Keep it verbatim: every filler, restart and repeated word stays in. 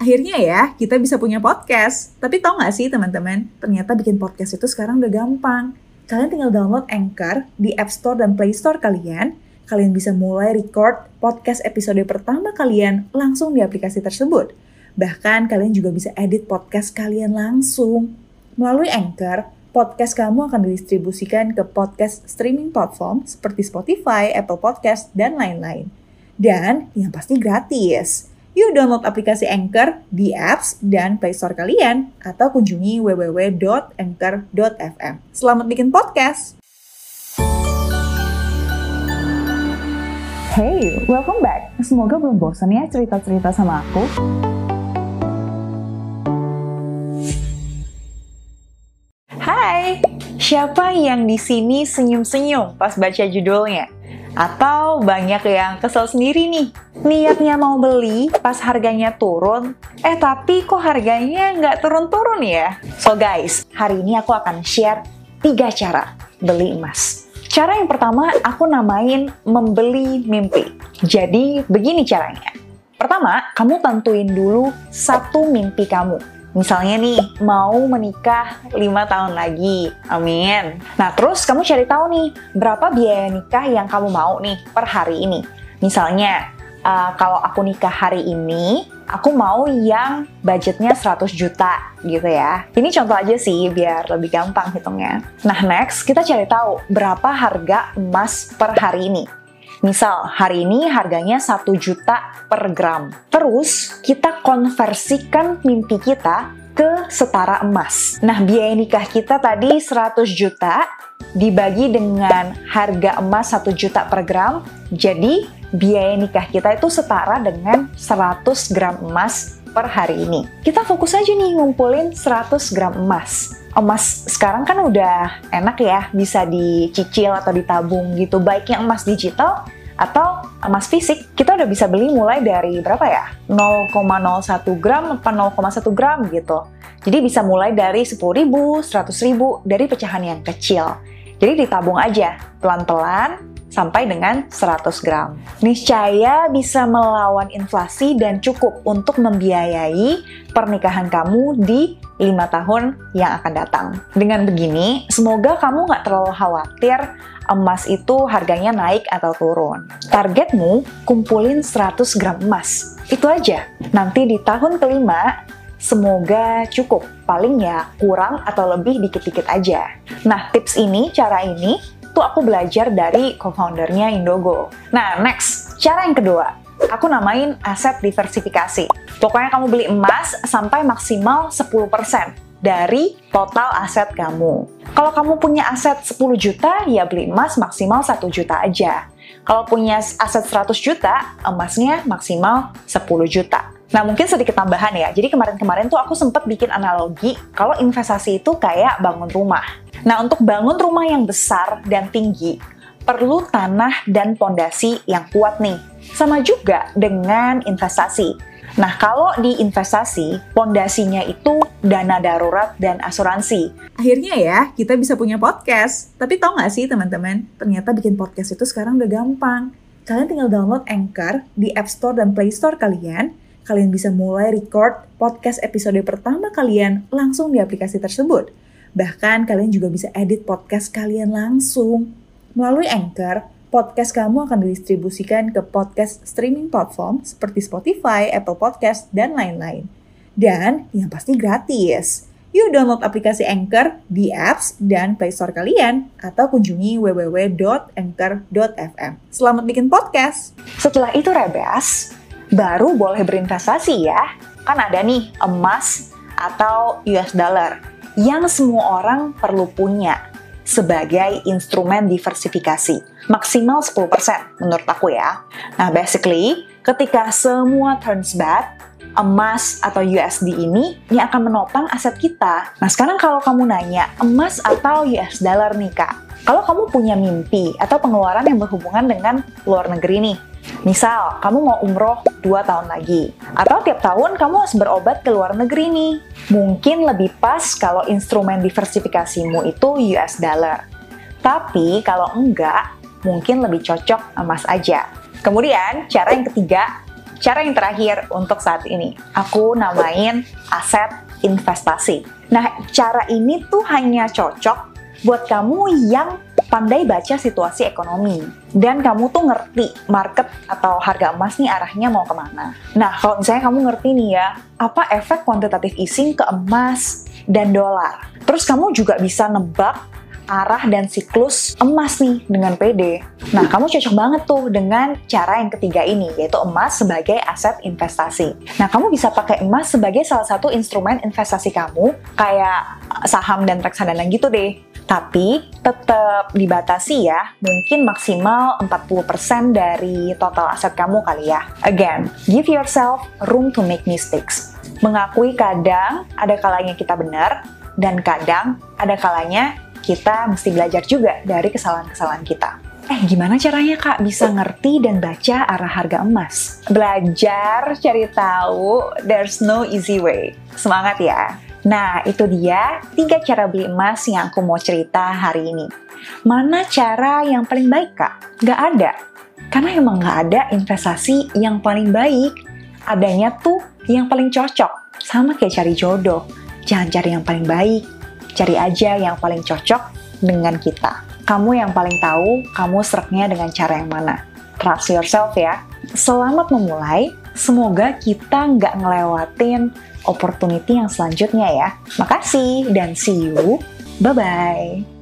Akhirnya ya, kita bisa punya podcast. Tapi tau gak sih teman-teman, ternyata bikin podcast itu sekarang udah gampang. Kalian tinggal download Anchor di App Store dan Play Store kalian. Kalian bisa mulai record podcast episode pertama kalian langsung di aplikasi tersebut. Bahkan kalian juga bisa edit podcast kalian langsung. Melalui Anchor, podcast kamu akan didistribusikan ke podcast streaming platform seperti Spotify, Apple Podcast, dan lain-lain. Dan yang pasti gratis. Yuk download aplikasi Anchor di apps dan Play Store kalian atau kunjungi w w w dot anchor dot f m. Selamat bikin podcast! Hey, welcome back. Semoga belum bosan ya cerita-cerita sama aku. Hai, siapa yang di sini senyum-senyum pas baca judulnya? Atau banyak yang kesel sendiri nih, niatnya mau beli pas harganya turun, eh tapi kok harganya nggak turun-turun ya? So guys, hari ini aku akan share tiga cara beli emas. Cara yang pertama aku namain membeli mimpi. Jadi begini caranya. Pertama, kamu tentuin dulu satu mimpi kamu. Misalnya nih, mau menikah lima tahun lagi. Amin. Nah, terus kamu cari tahu nih, berapa biaya nikah yang kamu mau nih per hari ini. Misalnya, uh, kalau aku nikah hari ini, aku mau yang budgetnya seratus juta gitu ya. Ini contoh aja sih, biar lebih gampang hitungnya. Nah, next, kita cari tahu berapa harga emas per hari ini. Misal, hari ini harganya satu juta per gram. Terus, kita konversikan mimpi kita ke setara emas. Nah, biaya nikah kita tadi seratus juta dibagi dengan harga emas satu juta per gram. Jadi, biaya nikah kita itu setara dengan seratus gram emas per hari ini. Kita fokus aja nih ngumpulin seratus gram emas. Emas sekarang kan udah enak ya, bisa dicicil atau ditabung gitu. Baik yang emas digital atau emas fisik, kita udah bisa beli mulai dari berapa ya? nol koma nol satu gram atau nol koma satu gram gitu. Jadi bisa mulai dari sepuluh ribu, seratus ribu, dari pecahan yang kecil. Jadi ditabung aja, pelan-pelan, sampai dengan seratus gram. Niscaya bisa melawan inflasi dan cukup untuk membiayai pernikahan kamu di lima tahun yang akan datang. Dengan begini, semoga kamu nggak terlalu khawatir emas itu harganya naik atau turun. Targetmu, kumpulin seratus gram emas. Itu aja. Nanti di tahun kelima, semoga cukup. Paling ya kurang atau lebih dikit-dikit aja. Nah, tips ini, cara ini, tuh aku belajar dari co-foundernya Indogo. Nah, next, cara yang kedua, aku namain aset diversifikasi. Pokoknya kamu beli emas sampai maksimal sepuluh persen dari total aset kamu. Kalau kamu punya aset sepuluh juta, ya beli emas maksimal satu juta aja. Kalau punya aset seratus juta, emasnya maksimal sepuluh juta. Nah, mungkin sedikit tambahan ya. Jadi kemarin-kemarin tuh aku sempat bikin analogi kalau investasi itu kayak bangun rumah. Nah, untuk bangun rumah yang besar dan tinggi, perlu tanah dan pondasi yang kuat nih. Sama juga dengan investasi. Nah, kalau di investasi, pondasinya itu dana darurat dan asuransi. Akhirnya ya, kita bisa punya podcast. Tapi tau gak sih teman-teman, ternyata bikin podcast itu sekarang udah gampang. Kalian tinggal download Anchor di App Store dan Play Store kalian. Kalian bisa mulai record podcast episode pertama kalian langsung di aplikasi tersebut. Bahkan kalian juga bisa edit podcast kalian langsung. Melalui Anchor, podcast kamu akan didistribusikan ke podcast streaming platform seperti Spotify, Apple Podcast, dan lain-lain. Dan yang pasti gratis. Yuk download aplikasi Anchor di apps dan Play Store kalian atau kunjungi w w w dot anchor dot f m. Selamat bikin podcast! Setelah itu rebes, baru boleh berinvestasi ya. Kan ada nih emas atau U S dollar yang semua orang perlu punya sebagai instrumen diversifikasi. Maksimal sepuluh persen menurut aku ya. Nah, basically, ketika semua turns bad, emas atau U S D ini ini akan menopang aset kita. Nah, sekarang kalau kamu nanya emas atau U S dollar nih Kak, kalau kamu punya mimpi atau pengeluaran yang berhubungan dengan luar negeri nih, misal kamu mau umroh dua tahun lagi, atau tiap tahun kamu harus berobat ke luar negeri nih, mungkin lebih pas kalau instrumen diversifikasimu itu U S dollar. Tapi kalau enggak, mungkin lebih cocok emas aja. Kemudian, cara yang ketiga, cara yang terakhir untuk saat ini, aku namain aset investasi. Nah, cara ini tuh hanya cocok buat kamu yang pandai baca situasi ekonomi dan kamu tuh ngerti market atau harga emas nih arahnya mau kemana. Nah, kalau misalnya kamu ngerti nih ya, apa efek quantitative easing ke emas dan dolar. Terus kamu juga bisa nebak arah dan siklus emas nih dengan pede. Nah, kamu cocok banget tuh dengan cara yang ketiga ini, yaitu emas sebagai aset investasi. Nah, kamu bisa pakai emas sebagai salah satu instrumen investasi kamu, kayak saham dan reksadana gitu deh. Tapi tetap dibatasi ya, mungkin maksimal empat puluh persen dari total aset kamu kali ya. Again, give yourself room to make mistakes. Mengakui kadang ada kalanya kita benar, dan kadang ada kalanya kita mesti belajar juga dari kesalahan-kesalahan kita. Eh, gimana caranya Kak bisa ngerti dan baca arah harga emas? Belajar, cari tahu, there's no easy way. Semangat ya! Nah, itu dia tiga cara beli emas yang aku mau cerita hari ini. Mana cara yang paling baik Kak? Nggak ada. Karena emang nggak ada investasi yang paling baik. Adanya tuh yang paling cocok. Sama kayak cari jodoh. Jangan cari yang paling baik. Cari aja yang paling cocok dengan kita. Kamu yang paling tahu kamu sereknya dengan cara yang mana. Trust yourself ya. Selamat memulai. Semoga kita nggak ngelewatin opportunity yang selanjutnya ya. Makasih dan see you. Bye-bye.